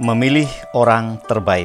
Memilih orang terbaik.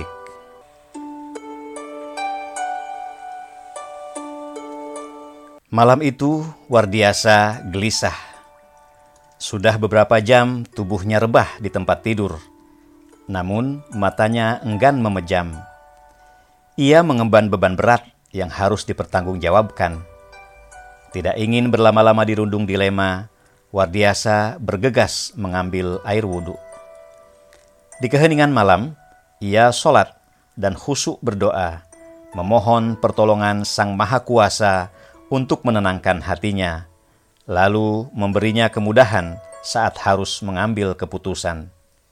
Malam itu, Wardiasa gelisah. Sudah beberapa jam tubuhnya rebah di tempat tidur. Namun, matanya enggan memejam. Ia mengemban beban berat yang harus dipertanggungjawabkan. Tidak ingin berlama-lama dirundung dilema, Wardiasa bergegas mengambil air wudhu. Di keheningan malam, ia sholat dan khusyuk berdoa, memohon pertolongan Sang Maha Kuasa untuk menenangkan hatinya, lalu memberinya kemudahan saat harus mengambil keputusan.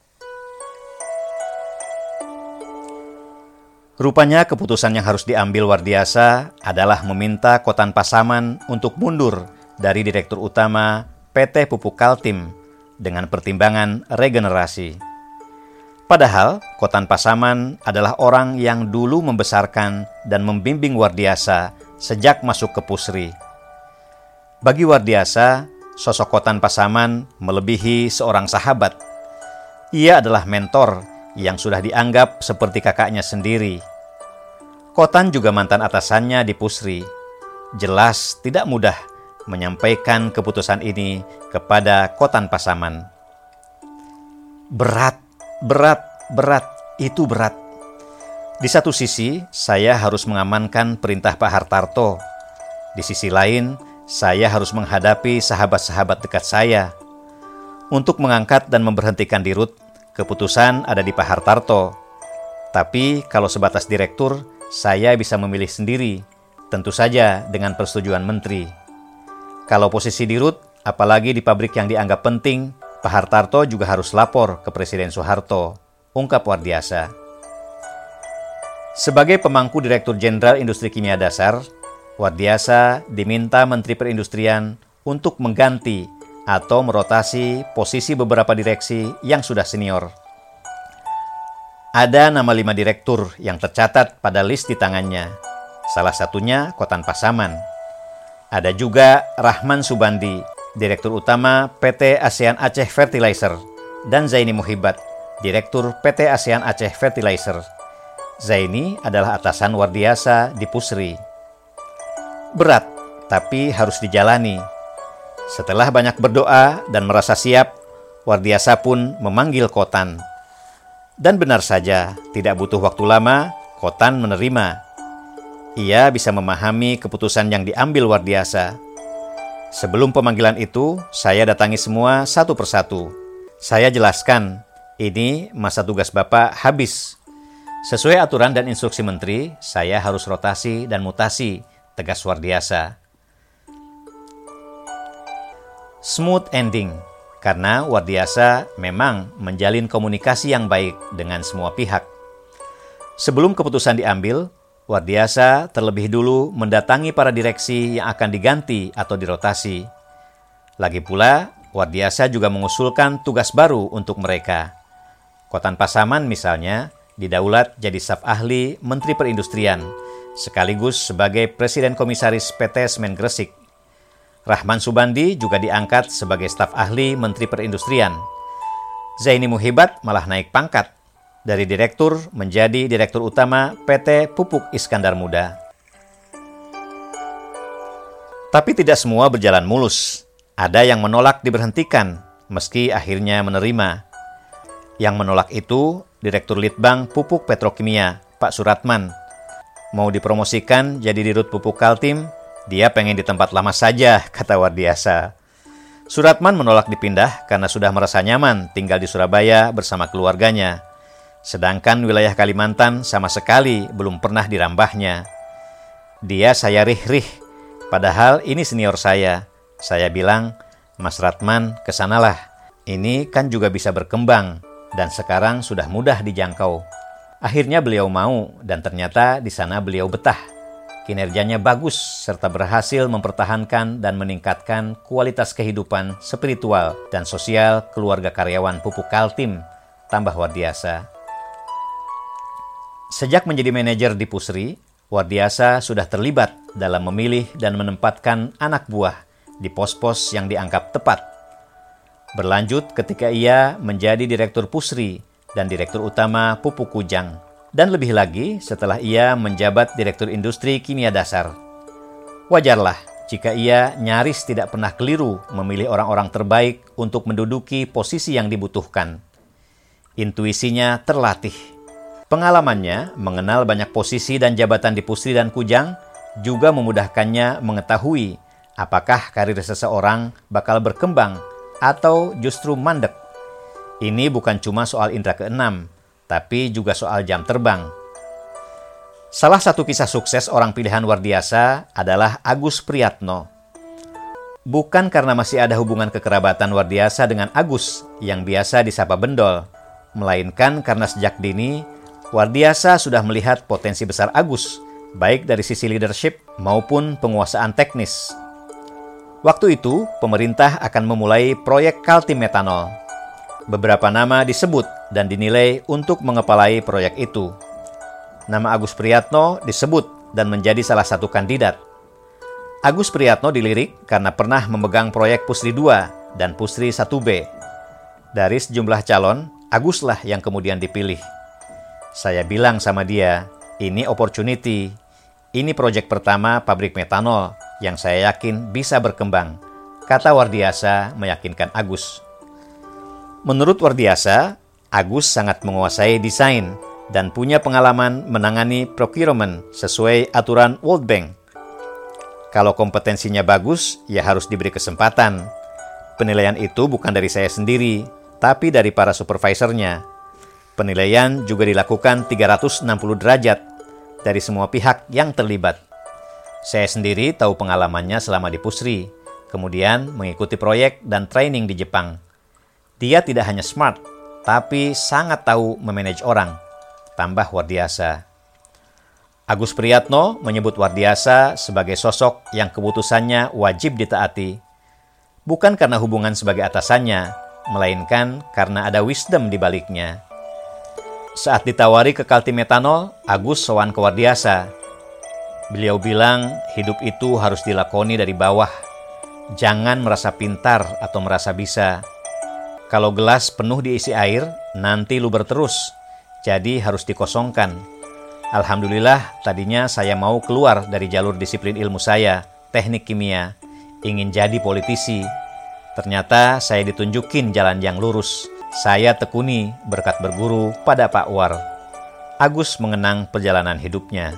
Rupanya keputusan yang harus diambil Wardiasa adalah meminta Kotan Pasaman untuk mundur dari Direktur Utama PT Pupuk Kaltim dengan pertimbangan regenerasi. Padahal, Kotan Pasaman adalah orang yang dulu membesarkan dan membimbing Wardiasa sejak masuk ke Pusri. Bagi Wardiasa, sosok Kotan Pasaman melebihi seorang sahabat. Ia adalah mentor yang sudah dianggap seperti kakaknya sendiri. Kotan juga mantan atasannya di Pusri. Jelas tidak mudah menyampaikan keputusan ini kepada Kotan Pasaman. Berat, itu berat. Di satu sisi, saya harus mengamankan perintah Pak Hartarto. Di sisi lain, saya harus menghadapi sahabat-sahabat dekat saya. Untuk mengangkat dan memberhentikan Dirut, keputusan ada di Pak Hartarto. Tapi kalau sebatas direktur, saya bisa memilih sendiri, tentu saja dengan persetujuan menteri. Kalau posisi Dirut, apalagi di pabrik yang dianggap penting, Pak Hartarto juga harus lapor ke Presiden Soeharto, ungkap Wardiasa. Sebagai pemangku Direktur Jenderal Industri Kimia Dasar, Wardiasa diminta Menteri Perindustrian untuk mengganti atau merotasi posisi beberapa direksi yang sudah senior. Ada nama 5 direktur yang tercatat pada list di tangannya. Salah satunya Kotan Pasaman. Ada juga Rahman Subandi, Direktur Utama PT ASEAN Aceh Fertilizer, dan Zaini Muhibat, Direktur PT ASEAN Aceh Fertilizer. Zaini adalah atasan Wardiasa di Pusri. Berat, tapi harus dijalani. Setelah banyak berdoa dan merasa siap, Wardiasa pun memanggil Kotan. Dan benar saja, tidak butuh waktu lama, Kotan menerima. Ia bisa memahami keputusan yang diambil Wardiasa. Sebelum pemanggilan itu, saya datangi semua satu persatu. Saya jelaskan, ini masa tugas Bapak habis. Sesuai aturan dan instruksi menteri, saya harus rotasi dan mutasi, tegas Wardiasa. Smooth ending, karena Wardiasa memang menjalin komunikasi yang baik dengan semua pihak. Sebelum keputusan diambil, Wardiasa terlebih dulu mendatangi para direksi yang akan diganti atau dirotasi. Lagi pula, Wardiasa juga mengusulkan tugas baru untuk mereka. Kotan Pasaman misalnya, didaulat jadi staf ahli Menteri Perindustrian, sekaligus sebagai Presiden Komisaris PT Semen Gresik. Rahman Subandi juga diangkat sebagai staf ahli Menteri Perindustrian. Zaini Muhibat malah naik pangkat dari direktur menjadi direktur utama PT Pupuk Iskandar Muda. Tapi tidak semua berjalan mulus. Ada yang menolak diberhentikan, meski akhirnya menerima. Yang menolak itu Direktur Litbang Pupuk Petrokimia, Pak Suratman. Mau dipromosikan jadi Dirut Pupuk Kaltim, dia pengen di tempat lama saja, kata Wardiasa. Suratman menolak dipindah karena sudah merasa nyaman tinggal di Surabaya bersama keluarganya. Sedangkan wilayah Kalimantan sama sekali belum pernah dirambahnya. Dia saya rih-rih, padahal ini senior saya. Saya bilang, Mas Ratman, kesanalah. Ini kan juga bisa berkembang, dan sekarang sudah mudah dijangkau. Akhirnya beliau mau, dan ternyata di sana beliau betah. Kinerjanya bagus, serta berhasil mempertahankan dan meningkatkan kualitas kehidupan spiritual dan sosial keluarga karyawan Pupuk Kaltim, tambah Wardiasa. Sejak menjadi manajer di Pusri, Wardiasa sudah terlibat dalam memilih dan menempatkan anak buah di pos-pos yang dianggap tepat. Berlanjut ketika ia menjadi Direktur Pusri dan Direktur Utama Pupuk Kujang. Dan lebih lagi setelah ia menjabat Direktur Industri Kimia Dasar. Wajarlah jika ia nyaris tidak pernah keliru memilih orang-orang terbaik untuk menduduki posisi yang dibutuhkan. Intuisinya terlatih. Pengalamannya mengenal banyak posisi dan jabatan di Pusri dan Kujang juga memudahkannya mengetahui apakah karir seseorang bakal berkembang atau justru mandek. Ini bukan cuma soal indera keenam, tapi juga soal jam terbang. Salah satu kisah sukses orang pilihan Wardiasa adalah Agus Priyatno. Bukan karena masih ada hubungan kekerabatan Wardiasa dengan Agus yang biasa disapa Bendol, melainkan karena sejak dini Wardiasa sudah melihat potensi besar Agus, baik dari sisi leadership maupun penguasaan teknis. Waktu itu, pemerintah akan memulai proyek Kaltim Metanol. Beberapa nama disebut dan dinilai untuk mengepalai proyek itu. Nama Agus Priyatno disebut dan menjadi salah satu kandidat. Agus Priyatno dilirik karena pernah memegang proyek Pusri 2 dan Pusri 1B. Dari sejumlah calon, Aguslah yang kemudian dipilih. Saya bilang sama dia, ini opportunity. Ini proyek pertama pabrik metanol yang saya yakin bisa berkembang, kata Wardiasa meyakinkan Agus. Menurut Wardiasa, Agus sangat menguasai desain dan punya pengalaman menangani procurement sesuai aturan World Bank. Kalau kompetensinya bagus, ya harus diberi kesempatan. Penilaian itu bukan dari saya sendiri, tapi dari para supervisornya. Penilaian juga dilakukan 360 derajat dari semua pihak yang terlibat. Saya sendiri tahu pengalamannya selama di Pusri, kemudian mengikuti proyek dan training di Jepang. Dia tidak hanya smart, tapi sangat tahu memanage orang, tambah Wardiasa. Agus Priyatno menyebut Wardiasa sebagai sosok yang keputusannya wajib ditaati. Bukan karena hubungan sebagai atasannya, melainkan karena ada wisdom di baliknya. Saat ditawari ke Kaltim Metanol, Agus sowan ke Wardiasa. Beliau bilang hidup itu harus dilakoni dari bawah. Jangan merasa pintar atau merasa bisa. Kalau gelas penuh diisi air, nanti luber terus. Jadi harus dikosongkan. Alhamdulillah, tadinya saya mau keluar dari jalur disiplin ilmu saya, teknik kimia, ingin jadi politisi. Ternyata saya ditunjukin jalan yang lurus. Saya tekuni berkat berguru pada Pak War. Agus mengenang perjalanan hidupnya.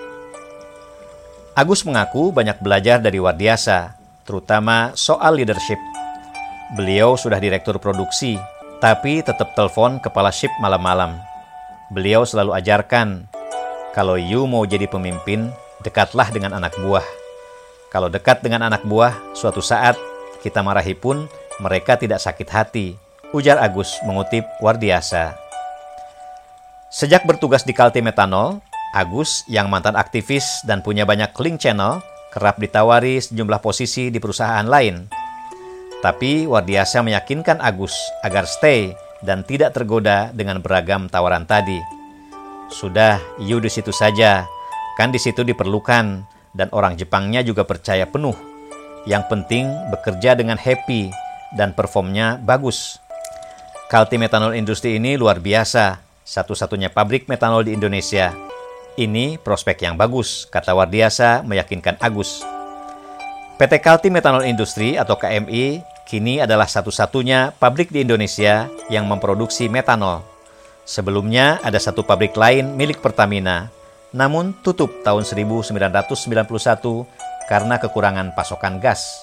Agus mengaku banyak belajar dari Wardiasa, terutama soal leadership. Beliau sudah direktur produksi, tapi tetap telepon kepala ship malam-malam. Beliau selalu ajarkan, kalau you mau jadi pemimpin, dekatlah dengan anak buah. Kalau dekat dengan anak buah, suatu saat kita marahi pun mereka tidak sakit hati, ujar Agus mengutip Wardiasa. Sejak bertugas di Kaltim Metanol, Agus yang mantan aktivis dan punya banyak link channel, kerap ditawari sejumlah posisi di perusahaan lain. Tapi Wardiasa meyakinkan Agus agar stay dan tidak tergoda dengan beragam tawaran tadi. Sudah, you di situ saja, kan di situ diperlukan, dan orang Jepangnya juga percaya penuh. Yang penting bekerja dengan happy dan performnya bagus. Kaltim Metanol Industri ini luar biasa, satu-satunya pabrik metanol di Indonesia. Ini prospek yang bagus, kata Wardiasa meyakinkan Agus. PT Kaltim Metanol Industri atau KMI kini adalah satu-satunya pabrik di Indonesia yang memproduksi metanol. Sebelumnya ada satu pabrik lain milik Pertamina, namun tutup tahun 1991 karena kekurangan pasokan gas.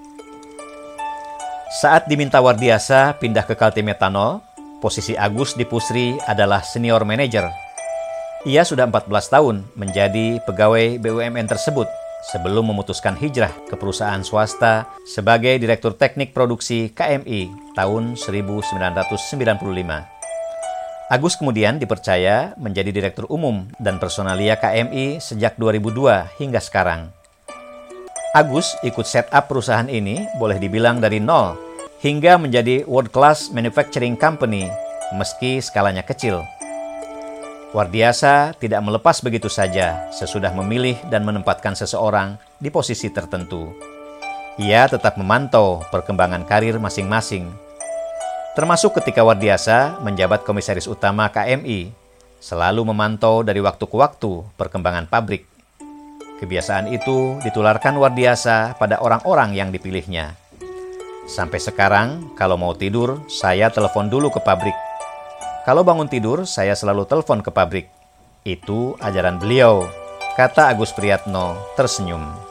Saat diminta Wardiasa pindah ke Kaltim Metanol, posisi Agus di Pusri adalah senior manager. Ia sudah 14 tahun menjadi pegawai BUMN tersebut sebelum memutuskan hijrah ke perusahaan swasta sebagai Direktur Teknik Produksi KMI tahun 1995. Agus kemudian dipercaya menjadi Direktur Umum dan Personalia KMI sejak 2002 hingga sekarang. Agus ikut setup perusahaan ini boleh dibilang dari nol hingga menjadi world class manufacturing company meski skalanya kecil. Wardiasa tidak melepas begitu saja sesudah memilih dan menempatkan seseorang di posisi tertentu. Ia tetap memantau perkembangan karir masing-masing. Termasuk ketika Wardiasa menjabat Komisaris Utama KMI, selalu memantau dari waktu ke waktu perkembangan pabrik. Kebiasaan itu ditularkan Wardiasa pada orang-orang yang dipilihnya. Sampai sekarang, kalau mau tidur, saya telepon dulu ke pabrik. Kalau bangun tidur, saya selalu telepon ke pabrik. Itu ajaran beliau, kata Agus Priyatno tersenyum.